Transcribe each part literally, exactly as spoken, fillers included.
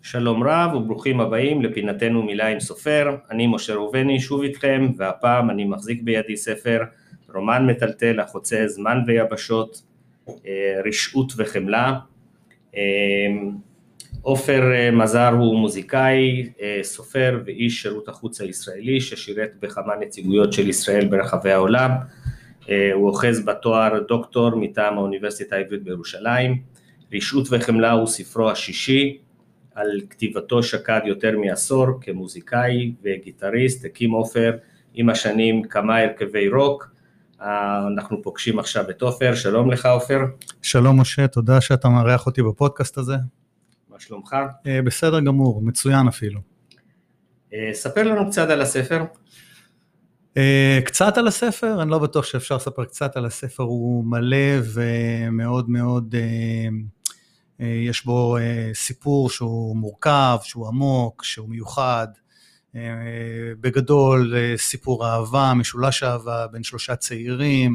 שלום רב וברוכים הבאים לפינתנו מילה עם סופר. אני משה ראובני שוב איתכם, והפעם אני מחזיק בידי ספר רומן מטלטל החוצה זמן ויבשות, רשעות וחמלה. עופר מזר הוא מוזיקאי, סופר ואיש שירות החוץ הישראלי ששירת בכמה נציגויות של ישראל ברחבי העולם. הוא אוחז בתואר דוקטור מטעם האוניברסיטה העברית בירושלים. רשעות וחמלה הוא ספרו השישי. על כתיבתו שקד יותר מעשור כמוזיקאי וגיטריסט. הקים עופר עם השנים כמה הרכבי רוק. אנחנו פוגשים עכשיו את עופר. שלום לך עופר. שלום משה, תודה שאתה מארח אותי בפודקאסט הזה. מה שלומך? בסדר גמור, מצוין אפילו. ספר לנו קצת על הספר. קצת על הספר, אני לא בטוח שאפשר לספר קצת על הספר, הוא מלא ומאוד מאוד, יש בו סיפור שהוא מורכב, שהוא עמוק, שהוא מיוחד, בגדול סיפור אהבה, משולש אהבה בין שלושה צעירים,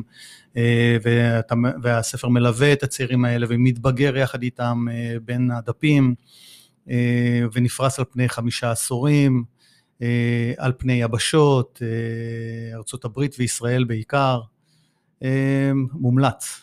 והספר מלווה את הצעירים האלה ומתבגר יחד איתם בין הדפים, ונפרס על פני חמישה עשורים, על פני יבשות, ארצות הברית וישראל בעיקר, מומלץ.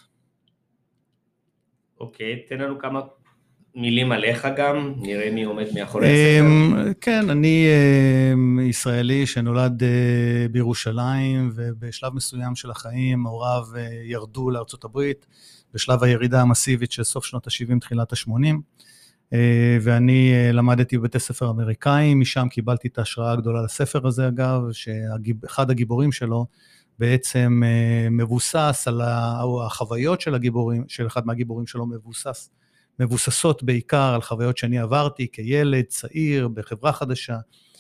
אוקיי, תן לנו כמה מילים עליך גם, נראה מי עומד מאחורי הספר. כן, אני ישראלי שנולד בירושלים, ובשלב מסוים של החיים, הוריו ירדו לארצות הברית, בשלב הירידה המסיבית של סוף שנות ה-שבעים, תחילת ה-שמונים, ואני למדתי בבתי ספר אמריקאים, משם קיבלתי את ההשראה הגדולה לספר הזה אגב, שאחד הגיבורים שלו בעצם מבוסס על החוויות של הגיבורים, של אחד מהגיבורים שלו מבוסס, מבוססות בעיקר על חוויות שאני עברתי כילד, צעיר, בחברה חדשה,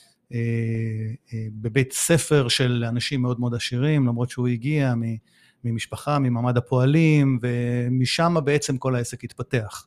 בבית ספר של אנשים מאוד מאוד עשירים, למרות שהוא הגיע ממשפחה, ממעמד הפועלים, ומשם בעצם כל העסק התפתח.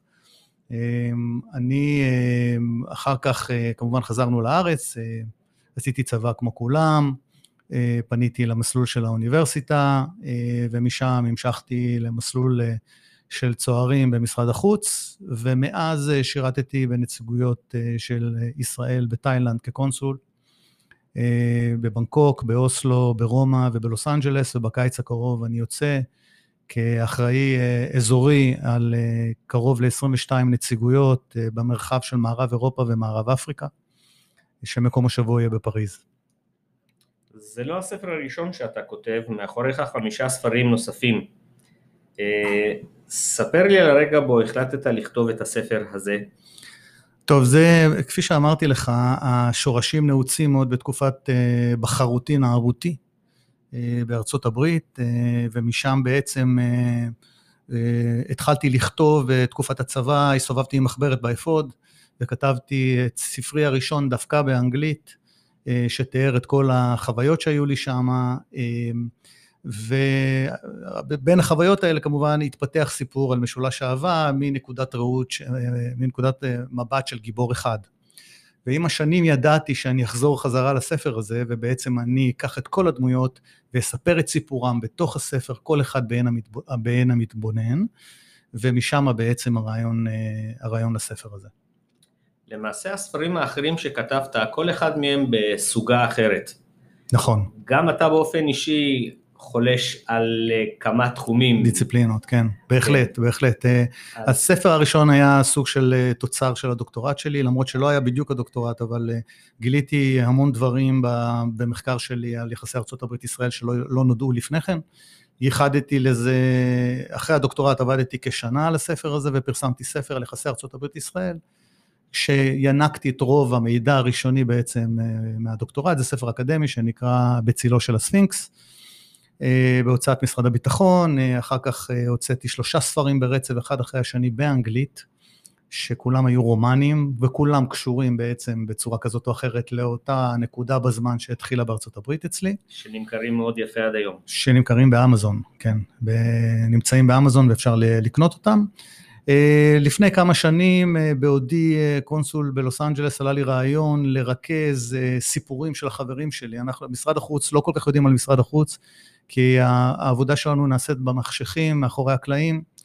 אני, אחר כך, כמובן חזרנו לארץ, עשיתי צבא כמו כולם, פניתי למסלול של האוניברסיטה, ומשם המשכתי למסלול של צוערים במשרד החוץ, ומאז שירתתי בנציגויות של ישראל בתאילנד כקונסול, בבנקוק, באוסלו, ברומא ובלוס אנג'לס, ובקיץ הקרוב אני יוצא כאחראי אזורי על קרוב ל-עשרים ושתיים נציגויות במרחב של מערב אירופה ומערב אפריקה, שמקום השבוע יהיה בפריז. זה לא הספר הראשון שאתה כותב, מאחוריך חמישה ספרים נוספים. ספר לי על הרגע בו החלטת לכתוב את הספר הזה. טוב, זה, כפי שאמרתי לך, השורשים נעוצים מאוד בתקופת בחרותי נערותי בארצות הברית, ומשם בעצם התחלתי לכתוב בתקופת הצבא, הסתובבתי עם מחברת באפוד, וכתבתי את ספרי הראשון דווקא באנגלית, שתיאר את כל החוויות שהיו לי שם, ובין החוויות האלה כמובן התפתח סיפור על משולש אהבה, מנקודת ראות, מנקודת מבט של גיבור אחד. ועם השנים ידעתי שאני אחזור חזרה לספר הזה, ובעצם אני אקח את כל הדמויות ואספר את סיפורם בתוך הספר, כל אחד בעין, המתב... בעין המתבונן, ומשם בעצם הרעיון, הרעיון לספר הזה. למעשה הספרים האחרים שכתבת, כל אחד מהם בסוגה אחרת. נכון. גם אתה באופן אישי חולש על כמה תחומים. דיסציפלינות, כן, בהחלט, בהחלט. הספר הראשון היה סוג של תוצר של הדוקטורט שלי, למרות שלא היה בדיוק הדוקטורט, אבל גיליתי המון דברים במחקר שלי על יחסי ארצות הברית ישראל שלא לא נודעו לפני כן. ייחדתי לזה, אחרי הדוקטורט עבדתי כשנה על הספר הזה, ופרסמתי ספר על יחסי ארצות הברית ישראל, שינקתי את רוב המידע הראשוני בעצם מהדוקטורט, זה ספר אקדמי שנקרא בצילו של הספינקס, בהוצאת משרד הביטחון, אחר כך הוצאתי שלושה ספרים ברצף, אחד אחרי השני באנגלית, שכולם היו רומנים, וכולם קשורים בעצם בצורה כזאת או אחרת, לאותה נקודה בזמן שהתחילה בארצות הברית אצלי. שנמכרים מאוד יפה עד היום. שנמכרים באמזון, כן, נמצאים באמזון ואפשר לקנות אותם. לפני כמה שנים, בעודי קונסול בלוס אנג'לס, עלה לי רעיון לרכז סיפורים של החברים שלי. אנחנו, משרד החוץ, לא כל כך יודעים על משרד החוץ, כי העבודה שלנו נעשית במחשכים, מאחורי הקלעים,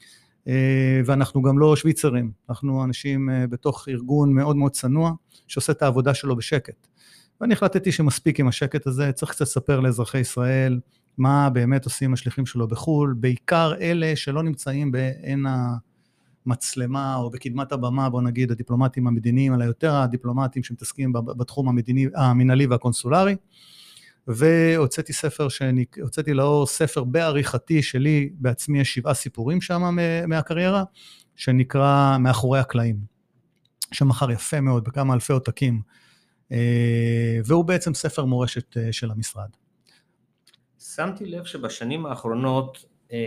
ואנחנו גם לא שוויצרים, אנחנו אנשים בתוך ארגון מאוד מאוד צנוע, שעושה את העבודה שלו בשקט. ואני החלטתי שמספיק עם השקט הזה, צריך קצת לספר לאזרחי ישראל, מה באמת עושים השליחים שלו בחול, בעיקר אלה שלא נמצאים בעין המצלמה, או בקדמת הבמה, בוא נגיד, הדיפלומטים המדיניים, אלא יותר הדיפלומטים שמתעסקים בתחום המדיני, המנהלי והקונסולרי, והוצאתי ספר, הוצאתי לאור ספר בעריכתי שלי, בעצמי יש שבעה סיפורים שם מהקריירה, שנקרא מאחורי הקלעים, שמחר יפה מאוד, בכמה אלפי עותקים, והוא בעצם ספר מורשת של המשרד. שמתי לב שבשנים האחרונות,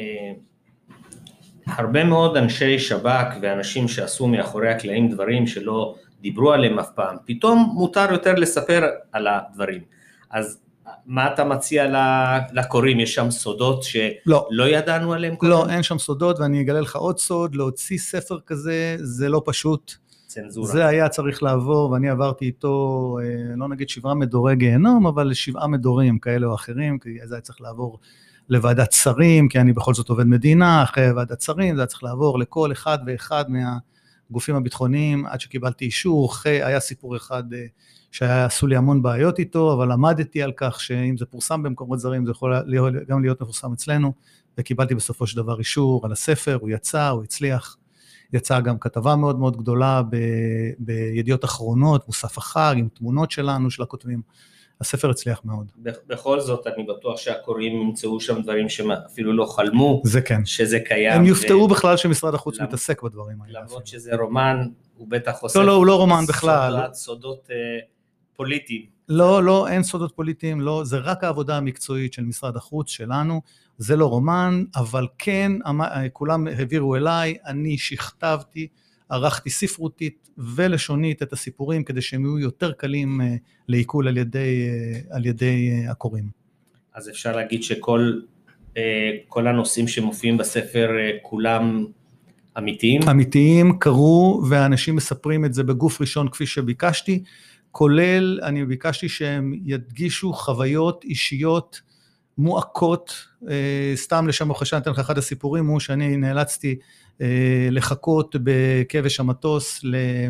הרבה מאוד אנשי שב"כ ואנשים שעשו מאחורי הקלעים דברים שלא דיברו עליהם אף פעם, פתאום מותר יותר לספר על הדברים. אז מה אתה מציע לקוראים? יש שם סודות שלא לא ידענו עליהם? לא, קודם? אין שם סודות, ואני אגלה לך עוד סוד, להוציא ספר כזה, זה לא פשוט. צנזורה. זה היה צריך לעבור, ואני עברתי איתו, לא נגיד שבעה מדורי גיהנום, אבל שבעה מדורים כאלה או אחרים, כי זה היה צריך לעבור לוועדת שרים, כי אני בכל זאת עובד מדינה, אחרי ועדת שרים, זה היה צריך לעבור לכל אחד ואחד מהגופים הביטחוניים, עד שקיבלתי אישור, היה סיפור אחד שעשו לי המון בעיות איתו, אבל למדתי על כך שאם זה פורסם במקומות זרים, זה יכול גם להיות מפורסם אצלנו, וקיבלתי בסופו של דבר אישור על הספר, הוא יצא, הוא הצליח, יצאה גם כתבה מאוד מאוד גדולה ב, בידיעות אחרונות, מוסף החג, עם תמונות שלנו, של הכותבים. הספר הצליח מאוד. בכל זאת, אני בטוח שהקוראים ימצאו שם דברים שאפילו לא חלמו, זה כן. שזה קיים. הם יופתעו ו... בכלל שמשרד החוץ למ... מתעסק בדברים האלה. למרות שזה רומן, הוא בטח חושף... לא, לא, הוא לא רומן בכלל. סודות, סודות uh, פוליטיים. לא, לא, אין סודות פוליטיים, לא, זה רק העבודה המקצועית של משרד החוץ שלנו, זה לא רומן, אבל כן, כולם העבירו אליי, אני שכתבתי, ערכתי ספרותית ולשונית את הסיפורים, כדי שהם יהיו יותר קלים לעיכול על ידי, על ידי הקוראים. אז אפשר להגיד שכל כל הנושאים שמופיעים בספר, כולם אמיתיים? אמיתיים, קרו, ואנשים מספרים את זה בגוף ראשון כפי שביקשתי, כולל, אני ביקשתי שהם ידגישו חוויות אישיות מועקות, סתם לשם החשן, נתן לך אחד הסיפורים, הוא שאני נאלצתי לחכות בכבש המטוס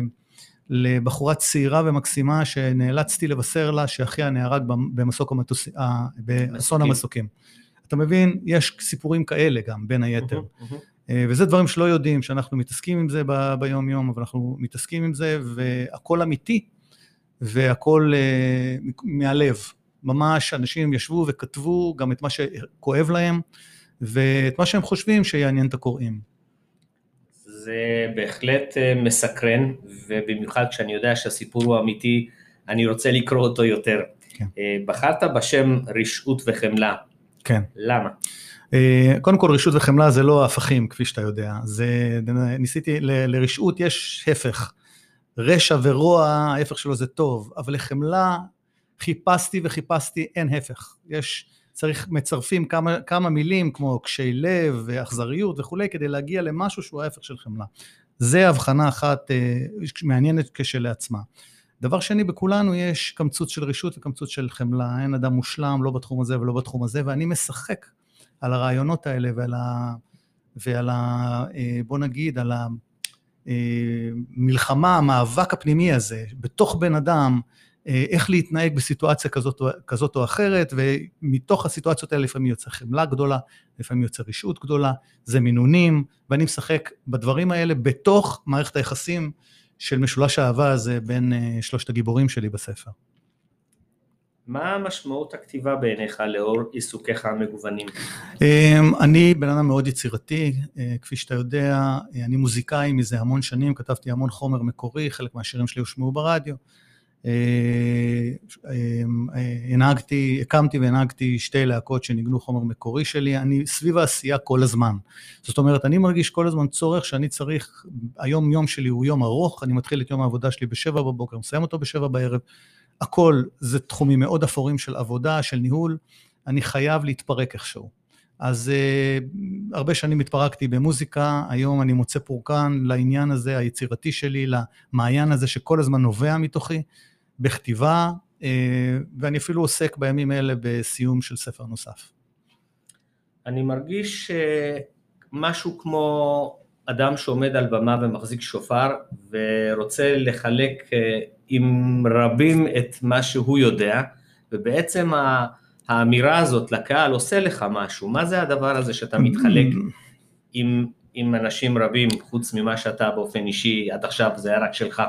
לבחורה צעירה ומקסימה, שנאלצתי לבשר לה שאחיה נהרג במסוק המטוס, באסון המסוקים. אתה מבין, יש סיפורים כאלה גם, בין היתר. וזה דברים שלא יודעים, שאנחנו מתעסקים עם זה ביום יום, אבל אנחנו מתעסקים עם זה, והכל אמיתי, והכל uh, מהלב, ממש אנשים ישבו וכתבו גם את מה שכואב להם, ואת מה שהם חושבים שיעניין את הקוראים. זה בהחלט מסקרן, ובמיוחד כשאני יודע שהסיפור הוא אמיתי, אני רוצה לקרוא אותו יותר. כן. בחרת בשם רשעות וחמלה. כן. למה? קודם כל, רשעות וחמלה זה לא הפכים, כפי שאתה יודע. זה, ניסיתי, ל, לרשעות יש הפך. רשע ורוע, ההפך שלו זה טוב, אבל לחמלה חיפשתי וחיפשתי, אין הפך. יש, צריך, מצרפים כמה, כמה מילים, כמו קשי לב ואכזריות וכולי, כדי להגיע למשהו שהוא ההפך של חמלה. זה הבחנה אחת אה, מעניינת כשלעצמה. דבר שני, בכולנו יש קמצוץ של רשות וקמצוץ של חמלה, אין אדם מושלם, לא בתחום הזה ולא בתחום הזה, ואני משחק על הרעיונות האלה ועל ה... ועל ה בוא נגיד, על ה... מלחמה, המאבק הפנימי הזה, בתוך בן אדם, איך להתנהג בסיטואציה כזאת, כזאת או אחרת, ומתוך הסיטואציות האלה לפעמים יוצא חמלה גדולה, לפעמים יוצא רשעות גדולה, זה מינונים, ואני משחק בדברים האלה, בתוך מערכת היחסים של משולש האהבה הזה, בין שלושת הגיבורים שלי בספר. מה המשמעות הכתיבה בעיניך לאור עיסוקיך המגוונים? אני בן אדם מאוד יצירתי, כפי שאתה יודע, אני מוזיקאי מזה המון שנים, כתבתי המון חומר מקורי, חלק מהשירים שלי הושמעו ברדיו, הנהגתי, הקמתי והנהגתי שתי להקות שניגנו חומר מקורי שלי, אני סביב העשייה כל הזמן, זאת אומרת, אני מרגיש כל הזמן צורך שאני צריך, היום יום שלי הוא יום ארוך, אני מתחיל את יום העבודה שלי בשבע בבוקר, מסיים אותו בשבע בערב, הכל זה תחומים מאוד אפורים של עבודה, של ניהול, אני חייב להתפרק איכשהו. אז uh, הרבה שנים התפרקתי במוזיקה, היום אני מוצא פורקן לעניין הזה, היצירתי שלי, למעיין הזה שכל הזמן נובע מתוכי, בכתיבה, uh, ואני אפילו עוסק בימים אלה בסיום של ספר נוסף. אני מרגיש uh, משהו כמו אדם שעומד על במה ומחזיק שופר, ורוצה לחלק עם רבים את מה שהוא יודע, ובעצם האמירה הזאת לקהל עושה לך משהו. מה זה הדבר הזה שאתה מתחלק עם, עם אנשים רבים, חוץ ממה שאתה באופן אישי, עד עכשיו זה היה רק שלך?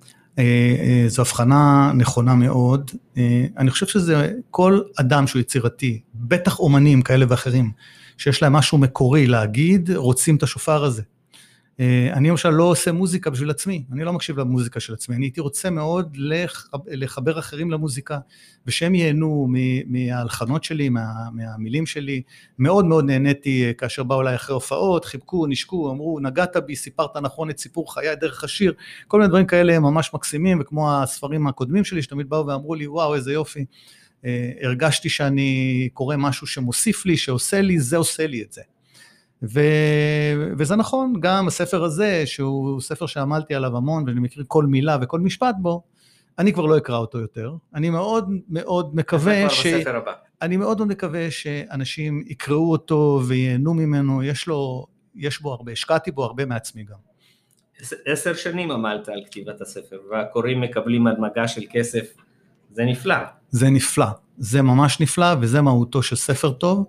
זו הבחנה נכונה מאוד. אני חושב שזה כל אדם שהוא יצירתי, בטח אומנים כאלה ואחרים, שיש להם משהו מקורי להגיד, רוצים את השופר הזה. אני למשל לא עושה מוזיקה בשביל עצמי, אני לא מקשיב למוזיקה של עצמי, אני הייתי רוצה מאוד לחבר אחרים למוזיקה, ושהם ייהנו מההלחנות שלי, מה, מהמילים שלי. מאוד מאוד נהניתי כאשר באו אליי אחרי הופעות, חיבקו, נשקו, אמרו, נגעת בי, סיפרת נכון את סיפור חיי דרך השיר, כל מיני דברים כאלה הם ממש מקסימים, וכמו הספרים הקודמים שלי, שתמיד באו ואמרו לי, וואו, איזה יופי, הרגשתי שאני קורא משהו שמוסיף לי, שעושה לי, זה עושה לי את זה. ו... וזה נכון, גם הספר הזה, שהוא ספר שעמלתי עליו המון, ואני מכיר כל מילה וכל משפט בו, אני כבר לא אקרא אותו יותר. אני מאוד מאוד מקווה ש... אני מאוד מאוד מקווה שאנשים יקראו אותו וייהנו ממנו, יש לו, יש בו הרבה, השקעתי בו הרבה מעצמי גם. עשר שנים עמלת על כתיבת הספר, והקוראים מקבלים הדמגה של כסף, זה נפלא. זה נפלא, זה ממש נפלא, וזה מהותו של ספר טוב.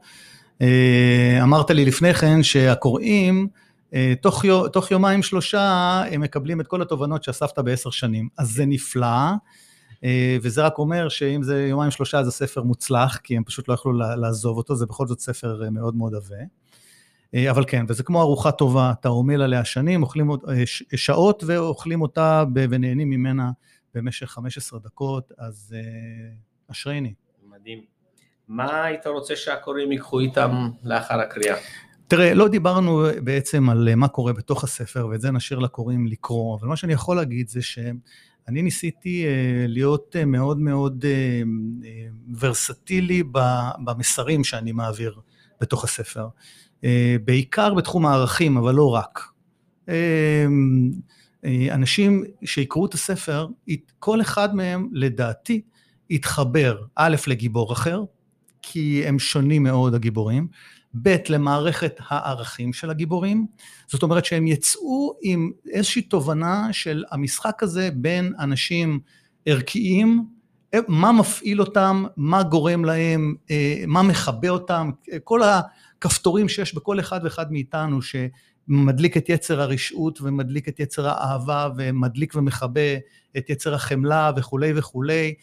אמרת לי לפני כן שהקוראים, תוך, תוך יומיים שלושה, הם מקבלים את כל התובנות שאספת בעשר שנים, אז זה נפלא, וזה רק אומר שאם זה יומיים שלושה, זה ספר מוצלח, כי הם פשוט לא יכלו לעזוב אותו, זה בכל זאת ספר מאוד מאוד עבה, אבל כן, וזה כמו ארוחה טובה, אתה עומל עליה שנים, אוכלים שעות, ואוכלים אותה ונהנים ממנה במשך חמש עשרה דקות, אז אשרייני. מדהים. מה היית רוצה שהקוראים ייקחו איתם לאחר הקריאה? תראה, לא דיברנו בעצם על מה קורה בתוך הספר, ואת זה נשאיר לקוראים לקרוא, אבל מה שאני יכול להגיד זה שאני ניסיתי להיות מאוד מאוד ורסטילי במסרים שאני מעביר בתוך הספר, בעיקר בתחום הערכים, אבל לא רק. אנשים שיקראו את הספר, כל אחד מהם לדעתי יתחבר א' לגיבור אחר, כי הם שונים מאוד הגיבורים, ב' למערכת הערכים של הגיבורים, זאת אומרת שהם יצאו עם איזושהי תובנה של המשחק הזה בין אנשים ערכיים, מה מפעיל אותם, מה גורם להם, מה מחבא אותם, כל הכפתורים שיש בכל אחד ואחד מאיתנו שמדליק את יצר הרשעות ומדליק את יצר האהבה ומדליק ומחבא את יצר החמלה וכו' וכו'.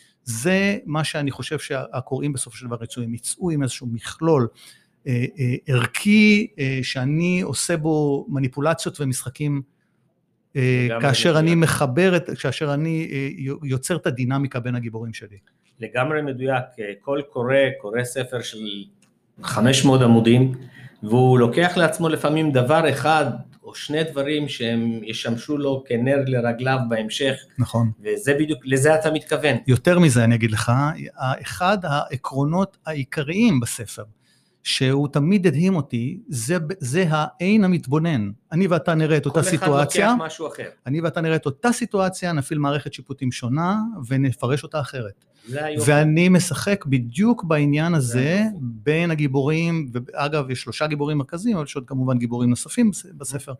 זה מה שאני חושב שהקוראים בסופו של דבר יצאו, הם יצאו עם איזשהו מכלול אה, אה, ערכי, אה, שאני עושה בו מניפולציות ומשחקים, אה, כאשר אני מחבר, את, כאשר אני אה, יוצר את הדינמיקה בין הגיבורים שלי. לגמרי מדויק, כל קורא, קורא ספר של חמש מאות עמודים, והוא לוקח לעצמו לפעמים דבר אחד, או שני דברים שהם ישמשו לו כנר לרגליו בהמשך. נכון. וזה בדיוק, לזה אתה מתכוון. יותר מזה אני אגיד לך, אחד העקרונות העיקריים בספר, שהוא תמיד הדהים אותי, זה, זה העין המתבונן. אני ואתה נראה את אותה סיטואציה. כל אחד לוקח משהו אחר. אני ואתה נראה את אותה סיטואציה, נפעיל מערכת שיפוטים שונה, ונפרש אותה אחרת. זה היופי. ואני משחק בדיוק בעניין הזה, בין הגיבורים, ואגב, יש שלושה גיבורים מרכזיים, אבל יש עוד כמובן גיבורים נוספים בספר,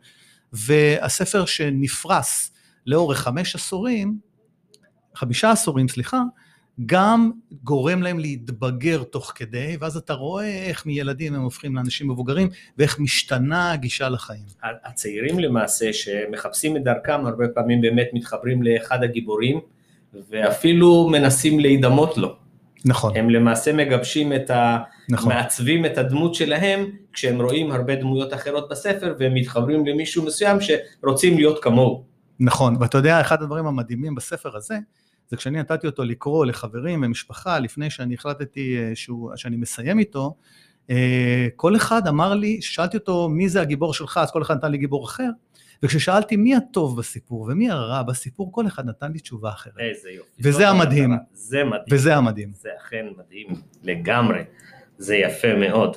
והספר שנפרס לאורך חמש עשורים, חמישה עשורים, סליחה, גם גורם להם להתבגר תוך כדי, ואז אתה רואה איך מילדים הם הופכים לאנשים מבוגרים, ואיך משתנה הגישה לחיים. הצעירים למעשה שמחפשים את דרכם, הרבה פעמים באמת מתחברים לאחד הגיבורים, ואפילו מנסים להידמות לו. נכון. הם למעשה מגבשים את ה... נכון. מעצבים את הדמות שלהם, כשהם רואים הרבה דמויות אחרות בספר, והם מתחברים למישהו מסוים שרוצים להיות כמוהו. נכון, ואתה יודע, אחד הדברים המדהימים בספר הזה, זה כשאני נתתי אותו לקרוא לחברים ומשפחה, לפני שאני החלטתי שהוא, שאני מסיים איתו, כל אחד אמר לי, שאלתי אותו מי זה הגיבור שלך, אז כל אחד נתן לי גיבור אחר, וכששאלתי מי הטוב בסיפור ומי הרע בסיפור, כל אחד נתן לי תשובה אחרת. איזה יופי. וזה המדהים. זה מדהים. וזה המדהים. זה אכן מדהים, לגמרי. זה יפה מאוד.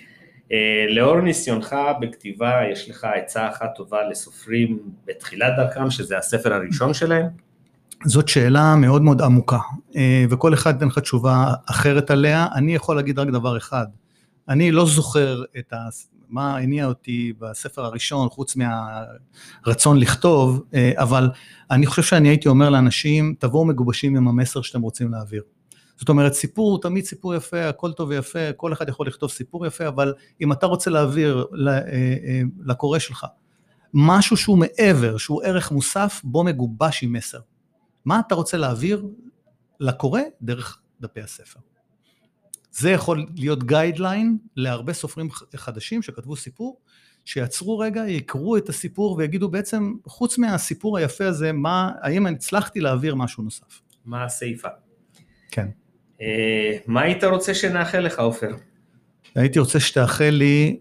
לאור ניסיונך בכתיבה, יש לך עצה אחת טובה לסופרים בתחילת דרכם, שזה הספר הראשון שלהם? זאת שאלה מאוד מאוד עמוקה, וכל אחד ייתן לך תשובה אחרת עליה. אני יכול להגיד רק דבר אחד, אני לא זוכר את מה הניע אותי בספר הראשון, חוץ מהרצון לכתוב, אבל אני חושב שאני הייתי אומר לאנשים, תבואו מגובשים עם המסר שאתם רוצים להעביר. זאת אומרת, סיפור הוא תמיד סיפור יפה, הכל טוב ויפה, כל אחד יכול לכתוב סיפור יפה, אבל אם אתה רוצה להעביר לקורא שלך, משהו שהוא מעבר, שהוא ערך מוסף, בו מגובש עם מסר. מה אתה רוצה להעביר לקורא דרך דפי הספר? זה יכול להיות גיידליין להרבה סופרים חדשים שכתבו סיפור, שיצרו רגע, יקראו את הסיפור ויגידו בעצם, חוץ מהסיפור היפה הזה, מה, האם אני הצלחתי להעביר משהו נוסף? מה הסעיפה? כן. מה היית רוצה שנאחל לך, עופר? הייתי רוצה שתאחל לי,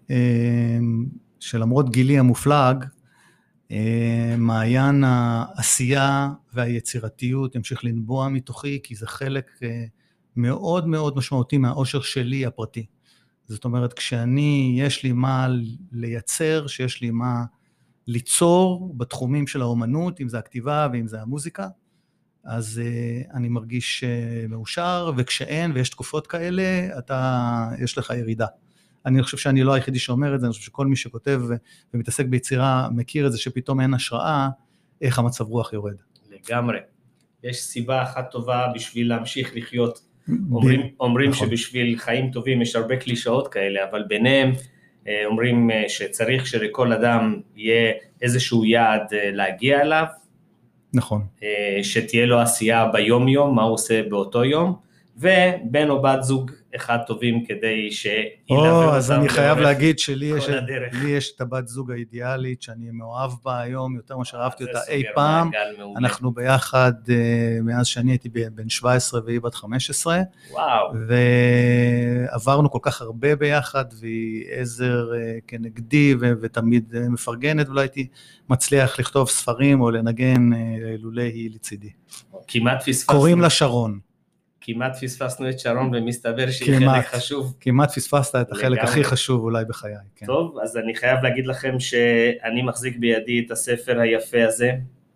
שלמרות גילי המופלג, מעיין העשייה והיצירתיות ימשיך לנבוע מתוכי, כי זה חלק מאוד מאוד משמעותי מהאושר שלי הפרטי. זאת אומרת, כשאני, יש לי מה לייצר, שיש לי מה ליצור בתחומים של האומנות, אם זה הכתיבה ואם זה המוזיקה, אז uh, אני מרגיש uh, מאושר, וכשאין ויש תקופות כאלה, אתה, יש לך ירידה. אני חושב שאני לא היחידי שאומר את זה, אני חושב שכל מי שכותב ומתעסק ביצירה, מכיר את זה שפתאום אין השראה, איך המצב רוח יורד. לגמרי. יש סיבה אחת טובה בשביל להמשיך לחיות. אומרים, אומרים נכון. שבשביל חיים טובים יש הרבה קלישאות כאלה, אבל ביניהם אומרים שצריך שלכל אדם יהיה איזשהו יעד להגיע אליו, נכון. שתהיה לו עשייה ביום יום, מה הוא עושה באותו יום, ובן או בת זוג אחד טובים כדי שילווה אותם. אז אני חייב להגיד שלי יש, לי יש את הבת זוג האידיאלית, שאני מאוהב בה היום, יותר מה שאהבתי אותה אי פעם, אנחנו ביחד, מאז שאני הייתי בן שבע עשרה והיא בת חמש עשרה, וואו. ועברנו כל כך הרבה ביחד, והיא עזר כנגדי, ותמיד מפרגנת, ולא הייתי מצליח לכתוב ספרים, או לנגן לולא היא לצידי. כמעט פספסנו. קוראים לה שרון. כמעט פספסנו את שרון, ומסתבר שהיא חלק חשוב. כמעט פספסת את החלק הכי חשוב אולי בחיי. כן. טוב, אז אני חייב להגיד לכם שאני מחזיק בידי את הספר היפה הזה,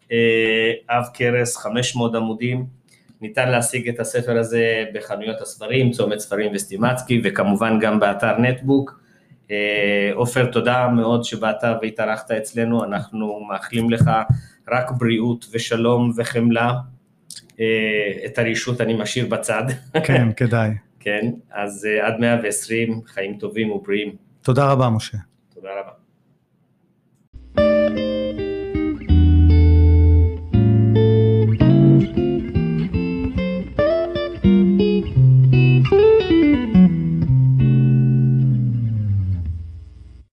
אב קרס, חמש מאות עמודים, ניתן להשיג את הספר הזה בחנויות הספרים, צומת ספרים וסטימצקי, וכמובן גם באתר נטבוק. עופר, תודה מאוד שבאת והתארחת אצלנו, אנחנו מאחלים לך רק בריאות ושלום וחמלה, את הרישות אני משאיר בצד. כן, כדאי. כן, אז עד מאה ועשרים, חיים טובים ובריאים. תודה רבה, משה. תודה רבה.